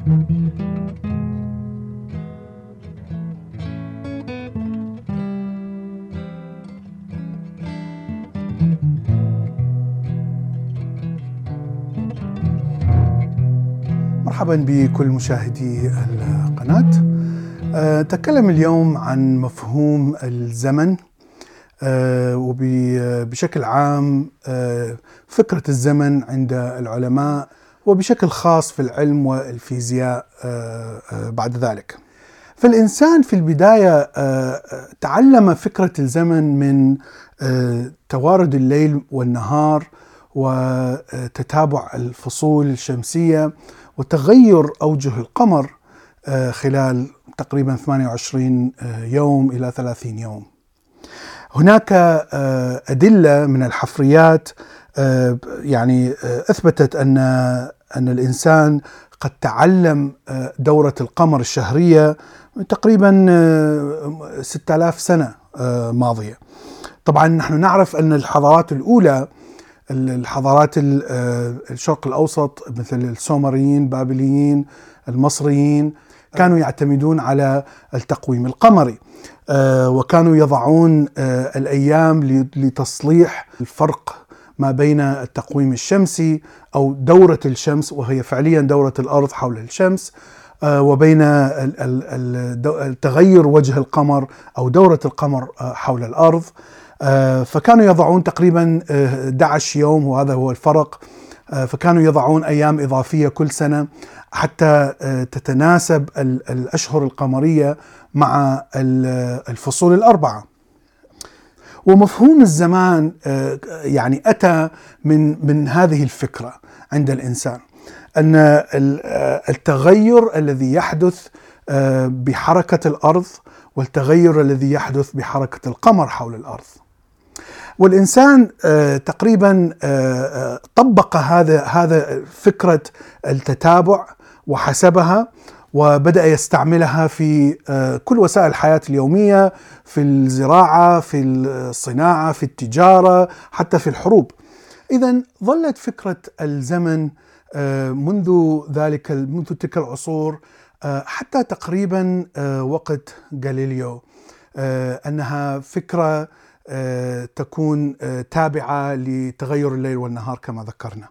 مرحبا بكل مشاهدي القناة. نتكلم اليوم عن مفهوم الزمن وبشكل عام فكرة الزمن عند العلماء وبشكل خاص في العلم والفيزياء بعد ذلك. فالإنسان في البداية تعلم فكرة الزمن من توارد الليل والنهار وتتابع الفصول الشمسية وتغير أوجه القمر خلال تقريبا 28 يوم إلى 30 يوم. هناك أدلة من الحفريات أثبتت أن الإنسان قد تعلم دورة القمر الشهرية تقريبا 6000 سنة ماضية. طبعا نحن نعرف أن الحضارات الأولى، الحضارات الشرق الأوسط مثل السومريين، بابليين، المصريين، كانوا يعتمدون على التقويم القمري، وكانوا يضعون الأيام لتصليح الفرق ما بين التقويم الشمسي أو دورة الشمس، وهي فعليا دورة الأرض حول الشمس، وبين تغير وجه القمر أو دورة القمر حول الأرض. فكانوا يضعون تقريبا 11 يوم، وهذا هو الفرق. فكانوا يضعون أيام إضافية كل سنة حتى تتناسب الأشهر القمرية مع الفصول الأربعة. ومفهوم الزمان أتى من هذه الفكرة عند الإنسان، أن التغير الذي يحدث بحركة الأرض والتغير الذي يحدث بحركة القمر حول الأرض. والإنسان تقريبا طبق هذا فكرة التتابع وحسبها، وبدأ يستعملها في كل وسائل الحياة اليومية، في الزراعة، في الصناعة، في التجارة، حتى في الحروب. إذن ظلت فكرة الزمن منذ تلك العصور حتى تقريبا وقت غاليليو أنها فكرة تكون تابعة لتغير الليل والنهار كما ذكرنا.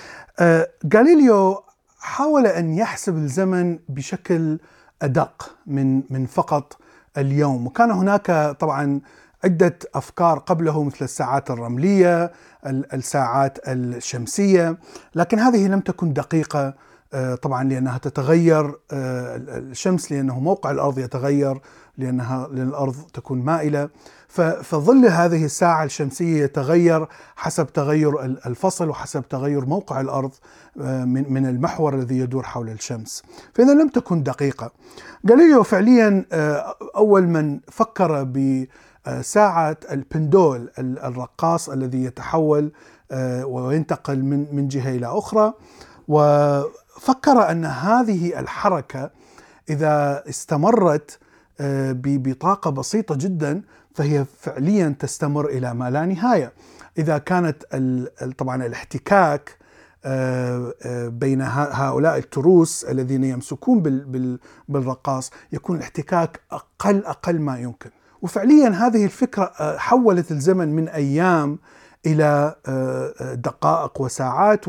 غاليليو حاول أن يحسب الزمن بشكل أدق من فقط اليوم، وكان هناك طبعا عدة أفكار قبله مثل الساعات الرملية، الساعات الشمسية، لكن هذه لم تكن دقيقة طبعا لأنها تتغير الشمس، لأنه موقع الأرض يتغير، لأن الأرض تكون مائلة، فظل هذه الساعة الشمسية يتغير حسب تغير الفصل وحسب تغير موقع الأرض من المحور الذي يدور حول الشمس، فإذا لم تكن دقيقة. غاليليو فعليا أول من فكر بساعة البندول، الرقاص الذي يتحول وينتقل من جهة إلى أخرى، وفكر أن هذه الحركة إذا استمرت بطاقة بسيطة جدا فهي فعليا تستمر إلى ما لا نهاية. إذا كانت طبعا الاحتكاك بين هؤلاء التروس الذين يمسكون بالرقاص يكون الاحتكاك أقل ما يمكن. وفعليا هذه الفكرة حولت الزمن من أيام إلى دقائق وساعات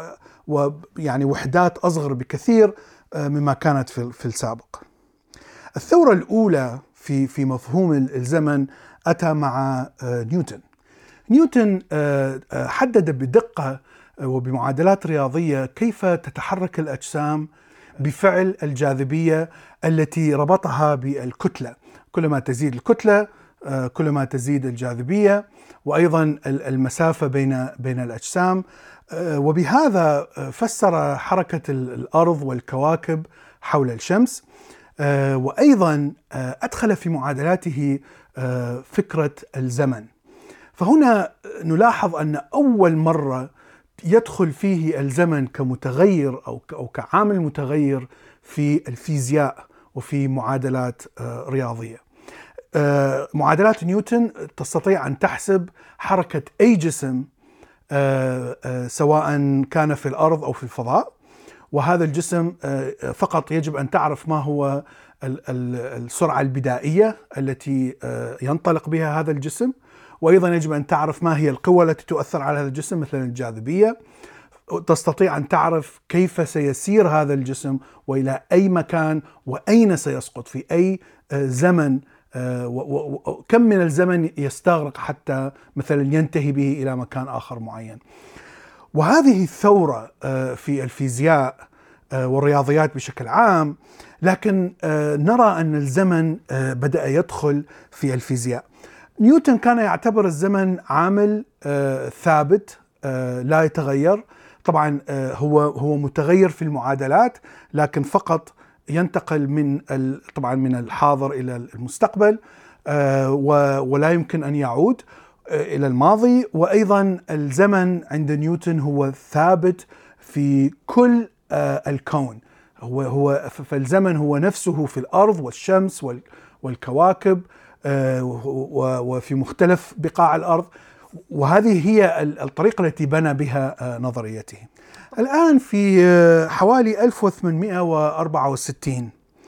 وحدات أصغر بكثير مما كانت في السابق. الثورة الأولى في مفهوم الزمن أتى مع نيوتن. نيوتن حدد بدقة وبمعادلات رياضية كيف تتحرك الأجسام بفعل الجاذبية التي ربطها بالكتلة. كلما تزيد الكتلة كلما تزيد الجاذبية، وأيضا المسافة بين الأجسام. وبهذا فسر حركة الأرض والكواكب حول الشمس، وأيضا أدخل في معادلاته فكرة الزمن. فهنا نلاحظ أن أول مرة يدخل فيه الزمن كمتغير أو كعامل متغير في الفيزياء وفي معادلات رياضية. معادلات نيوتن تستطيع أن تحسب حركة أي جسم سواء كان في الأرض أو في الفضاء، وهذا الجسم فقط يجب أن تعرف ما هو السرعة البدائية التي ينطلق بها هذا الجسم، وأيضا يجب أن تعرف ما هي القوى التي تؤثر على هذا الجسم مثل الجاذبية. تستطيع أن تعرف كيف سيسير هذا الجسم وإلى أي مكان وأين سيسقط في أي زمن، وكم من الزمن يستغرق حتى مثلا ينتهي به إلى مكان آخر معين. وهذه الثورة في الفيزياء والرياضيات بشكل عام، لكن نرى أن الزمن بدأ يدخل في الفيزياء. نيوتن كان يعتبر الزمن عامل ثابت لا يتغير. طبعا هو متغير في المعادلات، لكن فقط ينتقل طبعا من الحاضر إلى المستقبل، ولا يمكن أن يعود إلى الماضي. وأيضا الزمن عند نيوتن هو ثابت في كل الكون. فالزمن هو نفسه في الأرض والشمس والكواكب وفي مختلف بقاع الأرض، وهذه هي الطريقة التي بنى بها نظريته. الآن في حوالي 1864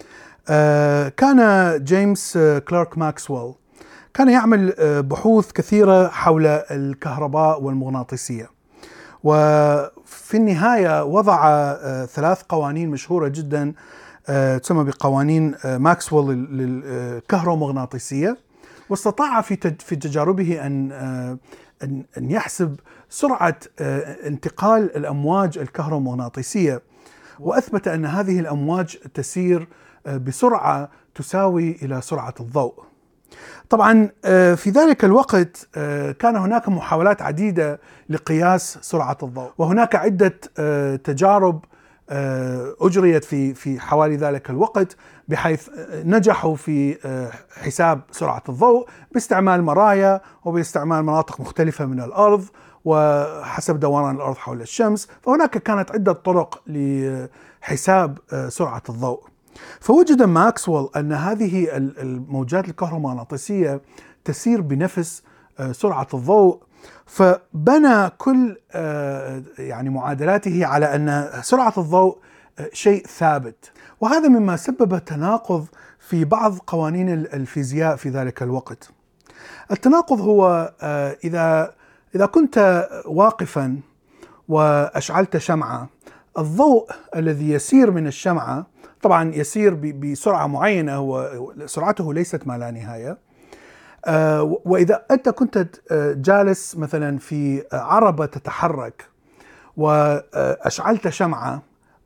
كان جيمس كليرك ماكسويل كان يعمل بحوث كثيرة حول الكهرباء والمغناطيسية، وفي النهاية وضع 3 قوانين مشهورة جدا تسمى بقوانين ماكسويل للكهرومغناطيسية. واستطاع في تجاربه أن يحسب سرعة انتقال الأمواج الكهرومغناطيسية، وأثبت أن هذه الأمواج تسير بسرعة تساوي إلى سرعة الضوء. طبعا في ذلك الوقت كان هناك محاولات عديدة لقياس سرعة الضوء، وهناك عدة تجارب أجريت في حوالي ذلك الوقت، بحيث نجحوا في حساب سرعة الضوء باستعمال مرايا وباستعمال مناطق مختلفة من الأرض وحسب دوران الأرض حول الشمس. فهناك كانت عدة طرق لحساب سرعة الضوء. فوجد ماكسويل أن هذه الموجات الكهرومغناطيسية تسير بنفس سرعة الضوء، فبنى كل يعني معادلاته على أن سرعة الضوء شيء ثابت. وهذا مما سبب تناقض في بعض قوانين الفيزياء في ذلك الوقت. التناقض هو إذا كنت واقفا وأشعلت شمعة، الضوء الذي يسير من الشمعة طبعا يسير بسرعة معينة، وسرعته ليست ما لا نهاية. وإذا أنت كنت جالس مثلا في عربة تتحرك وأشعلت شمعة،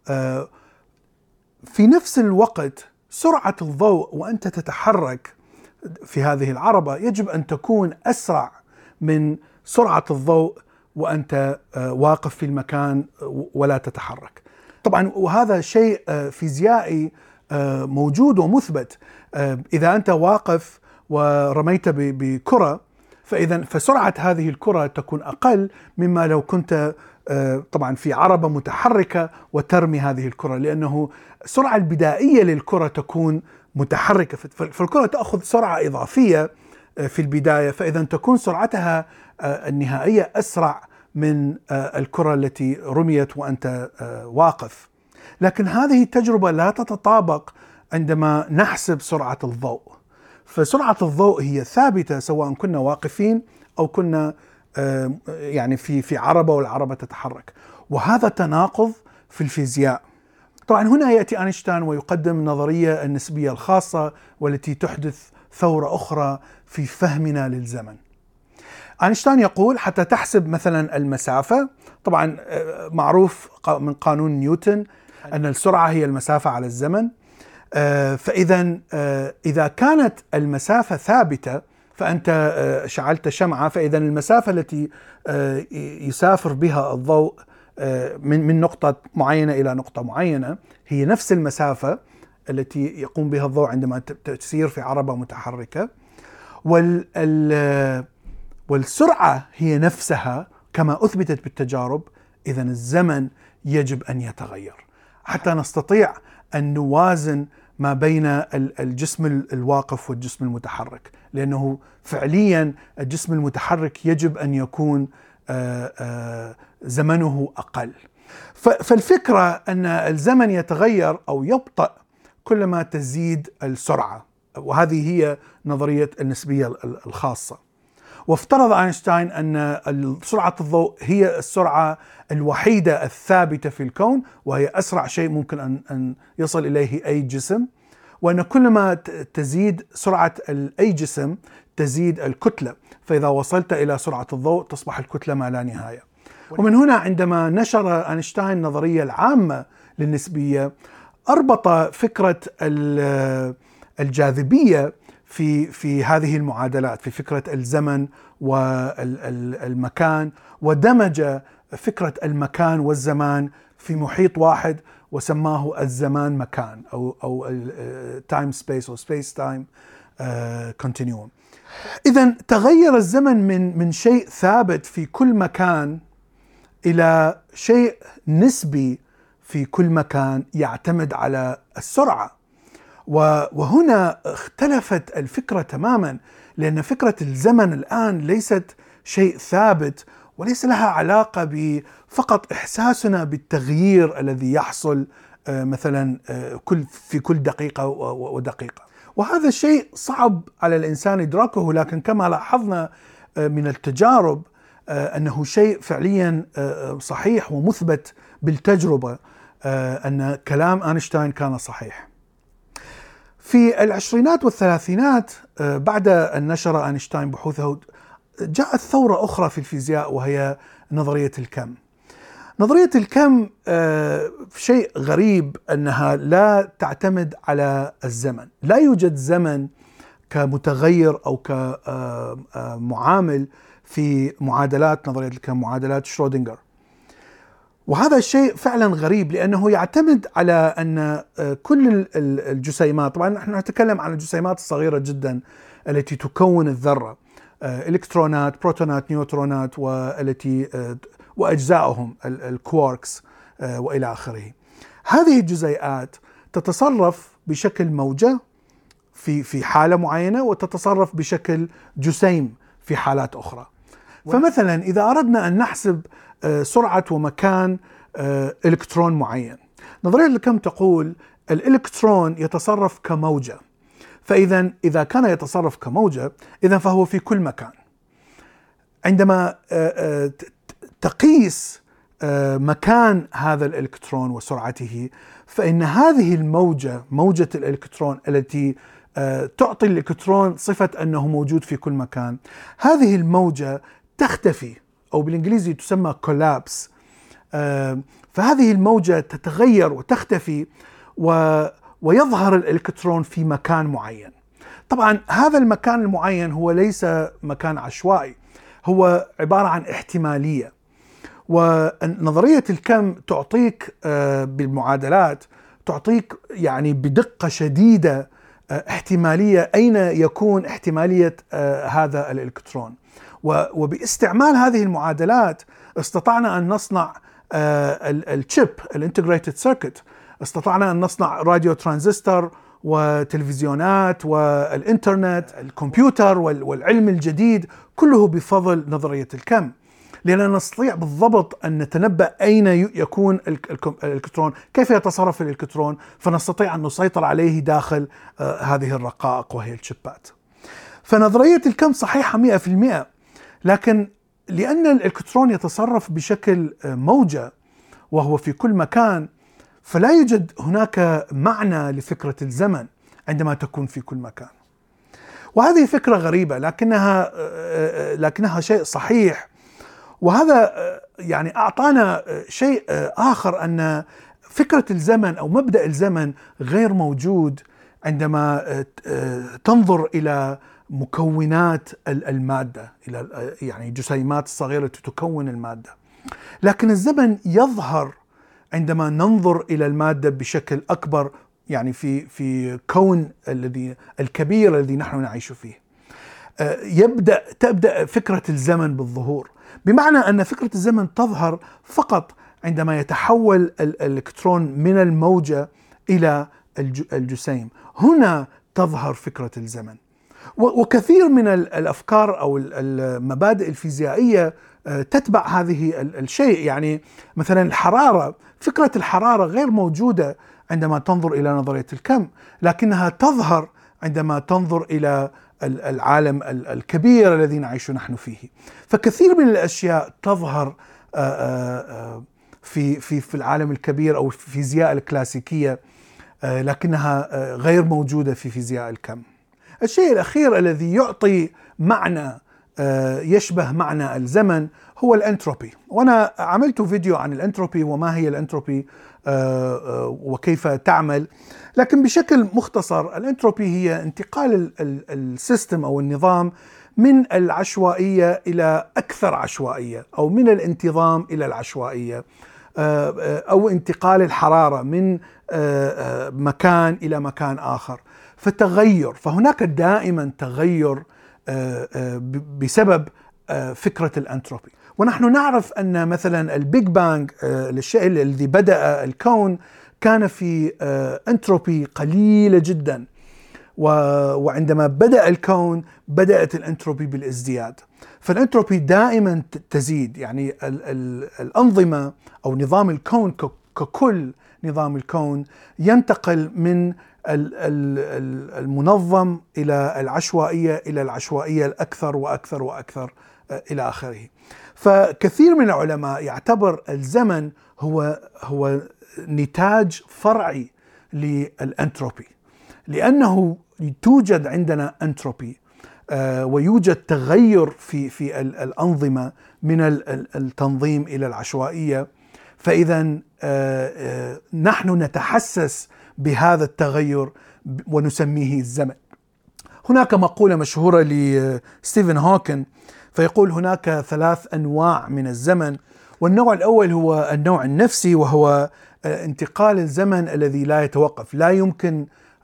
في نفس الوقت سرعة الضوء وأنت تتحرك في هذه العربة يجب أن تكون أسرع من سرعة الضوء وأنت واقف في المكان ولا تتحرك. طبعا وهذا شيء فيزيائي موجود ومثبت. إذا أنت واقف ورميت بكرة، فسرعة هذه الكرة تكون أقل مما لو كنت طبعا في عربة متحركة وترمي هذه الكرة، لأنه السرعة البدائية للكرة تكون متحركة، فالكرة تأخذ سرعة إضافية في البداية، فإذا تكون سرعتها النهائية أسرع من الكرة التي رميت وأنت واقف. لكن هذه التجربة لا تتطابق عندما نحسب سرعة الضوء. فسرعة الضوء هي ثابتة سواء كنا واقفين أو كنا يعني في عربة والعربة تتحرك، وهذا تناقض في الفيزياء. طبعا هنا يأتي أينشتاين ويقدم النظرية النسبية الخاصة، والتي تحدث ثورة أخرى في فهمنا للزمن. أينشتاين يقول حتى تحسب مثلا المسافة، طبعا معروف من قانون نيوتن أن السرعة هي المسافة على الزمن. فإذا إذا كانت المسافة ثابتة، فأنت شعلت شمعة، فإذا المسافة التي يسافر بها الضوء من نقطة معينة إلى نقطة معينة هي نفس المسافة التي يقوم بها الضوء عندما تسير في عربة متحركة، والسرعة هي نفسها كما أثبتت بالتجارب. إذا الزمن يجب أن يتغير حتى نستطيع أن نوازن ما بين الجسم الواقف والجسم المتحرك، لأنه فعليا الجسم المتحرك يجب أن يكون زمنه أقل. فالفكرة أن الزمن يتغير أو يبطأ كلما تزيد السرعة، وهذه هي نظرية النسبية الخاصة. وافترض أينشتاين أن سرعة الضوء هي السرعة الوحيدة الثابتة في الكون، وهي أسرع شيء ممكن أن يصل إليه أي جسم، وأن كلما تزيد سرعة أي جسم تزيد الكتلة، فإذا وصلت إلى سرعة الضوء تصبح الكتلة ما لا نهاية. ومن هنا عندما نشر أينشتاين النظرية العامة للنسبية أربط فكرة الجاذبية في هذه المعادلات، في فكرة الزمن والمكان، ودمج فكرة المكان والزمان في محيط واحد وسماه الزمان مكان أو time space أو space time continuum. إذن تغير الزمن من شيء ثابت في كل مكان إلى شيء نسبي في كل مكان يعتمد على السرعة. وهنا اختلفت الفكرة تماما، لأن فكرة الزمن الآن ليست شيء ثابت وليس لها علاقة بفقط إحساسنا بالتغيير الذي يحصل مثلا في كل دقيقة ودقيقة، وهذا شيء صعب على الإنسان إدراكه، لكن كما لاحظنا من التجارب أنه شيء فعليا صحيح ومثبت بالتجربة أن كلام أينشتاين كان صحيح. في العشرينات والثلاثينات بعد أن نشر أينشتاين بحوثه جاءت ثورة أخرى في الفيزياء، وهي نظرية الكم. نظرية الكم شيء غريب أنها لا تعتمد على الزمن، لا يوجد زمن كمتغير أو كمعامل في معادلات نظرية الكم، معادلات شرودنجر. وهذا الشيء فعلا غريب، لأنه يعتمد على أن كل الجسيمات، طبعا نحن نتكلم عن الجسيمات الصغيرة جدا التي تكون الذرة، إلكترونات، بروتونات، نيوترونات، والتي وأجزائهم الكواركس وإلى آخره. هذه الجزيئات تتصرف بشكل موجة في حالة معينة، وتتصرف بشكل جسيم في حالات أخرى. فمثلا إذا أردنا أن نحسب سرعة ومكان إلكترون معين، نظرية الكم تقول الإلكترون يتصرف كموجة، إذا كان يتصرف كموجة إذن فهو في كل مكان. عندما تقيس مكان هذا الإلكترون وسرعته، فإن هذه الموجة، موجة الإلكترون التي تعطي الإلكترون صفة أنه موجود في كل مكان، هذه الموجة تختفي، أو بالإنجليزي تسمى كولابس. فهذه الموجة تتغير وتختفي ويظهر الإلكترون في مكان معين. طبعا هذا المكان المعين هو ليس مكان عشوائي، هو عبارة عن احتمالية. ونظرية الكم تعطيك بالمعادلات، تعطيك يعني بدقة شديدة احتمالية أين يكون احتمالية هذا الإلكترون. وباستعمال هذه المعادلات استطعنا أن نصنع الشيب، الانتجريتد سيركت، استطعنا أن نصنع راديو ترانزستور وتلفزيونات والإنترنت، الكمبيوتر والعلم الجديد، كله بفضل نظرية الكم، لأننا نستطيع بالضبط أن نتنبأ أين يكون الإلكترون، كيف يتصرف الإلكترون، فنستطيع أن نسيطر عليه داخل هذه الرقائق وهي الشيبات. فنظرية الكم صحيحة 100%، لكن لأن الإلكترون يتصرف بشكل موجة وهو في كل مكان، فلا يوجد هناك معنى لفكرة الزمن عندما تكون في كل مكان. وهذه فكرة غريبة، لكنها شيء صحيح. وهذا يعني أعطانا شيء آخر، أن فكرة الزمن أو مبدأ الزمن غير موجود عندما تنظر إلى مكونات المادة، إلى يعني الجسيمات الصغيرة التي تكون المادة. لكن الزمن يظهر عندما ننظر إلى المادة بشكل أكبر، يعني في كون الكبير الذي نحن نعيش فيه. تبدأ فكرة الزمن بالظهور، بمعنى أن فكرة الزمن تظهر فقط عندما يتحول الإلكترون من الموجة إلى الجسيم. هنا تظهر فكرة الزمن. وكثير من الأفكار أو المبادئ الفيزيائية تتبع هذه الشيء. يعني مثلا الحرارة، فكرة الحرارة غير موجودة عندما تنظر إلى نظرية الكم، لكنها تظهر عندما تنظر إلى العالم الكبير الذي نعيش نحن فيه. فكثير من الأشياء تظهر في العالم الكبير أو في الفيزياء الكلاسيكية، لكنها غير موجودة في فيزياء الكم. الشيء الأخير الذي يعطي معنى يشبه معنى الزمن هو الانتروبي. وأنا عملت فيديو عن الانتروبي وما هي الانتروبي وكيف تعمل، لكن بشكل مختصر الانتروبي هي انتقال السيستم أو النظام من العشوائية إلى أكثر عشوائية، أو من الانتظام إلى العشوائية، أو انتقال الحرارة من مكان إلى مكان آخر. فهناك دائما تغير بسبب فكرة الانتروبي. ونحن نعرف أن مثلا البيج بانج، الشيء الذي بدأ الكون، كان في انتروبي قليلة جدا، وعندما بدأ الكون بدأت الانتروبي بالازدياد. فالانتروبي دائما تزيد. يعني الأنظمة أو نظام الكون ككل، نظام الكون ينتقل من المنظم إلى العشوائية، إلى العشوائية الأكثر وأكثر وأكثر إلى آخره. فكثير من العلماء يعتبر الزمن هو نتاج فرعي للأنتروبي، لأنه توجد عندنا أنتروبي ويوجد تغير في الأنظمة من التنظيم إلى العشوائية. فإذا نحن نتحسس بهذا التغير ونسميه الزمن. هناك مقولة مشهورة لستيفن هوكن، فيقول هناك 3 أنواع من الزمن. والنوع الأول هو النوع النفسي، وهو انتقال الزمن الذي لا يتوقف. لا يمكن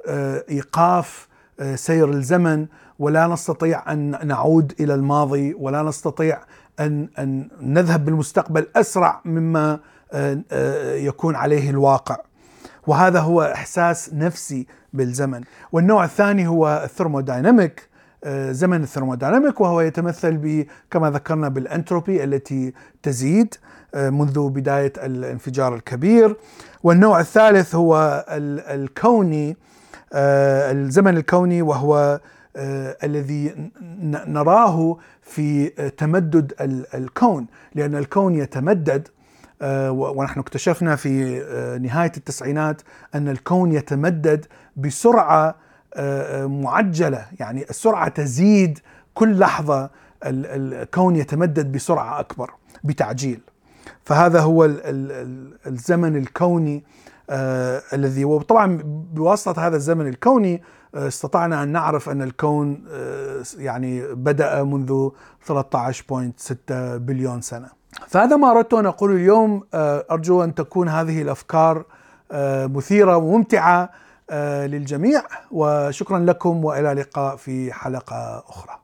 إيقاف سير الزمن، ولا نستطيع أن نعود إلى الماضي، ولا نستطيع أن نذهب بالمستقبل أسرع مما يكون عليه الواقع. وهذا هو إحساس نفسي بالزمن. والنوع الثاني هو الثرمودايناميك، زمن الثرمودايناميك، وهو يتمثل كما ذكرنا بالأنتروبي التي تزيد منذ بداية الانفجار الكبير. والنوع الثالث هو الكوني، الزمن الكوني، وهو الذي نراه في تمدد الكون، لأن الكون يتمدد. ونحن اكتشفنا في نهاية التسعينات أن الكون يتمدد بسرعة معجلة، يعني السرعة تزيد كل لحظة، الكون يتمدد بسرعة أكبر بتعجيل. فهذا هو الزمن الكوني الذي، وطبعا بواسطة هذا الزمن الكوني استطعنا أن نعرف أن الكون يعني بدأ منذ 13.6 بليون سنة. فهذا ما أردت أن أقول اليوم. أرجو أن تكون هذه الأفكار مثيرة وممتعة للجميع، وشكرا لكم، وإلى اللقاء في حلقة أخرى.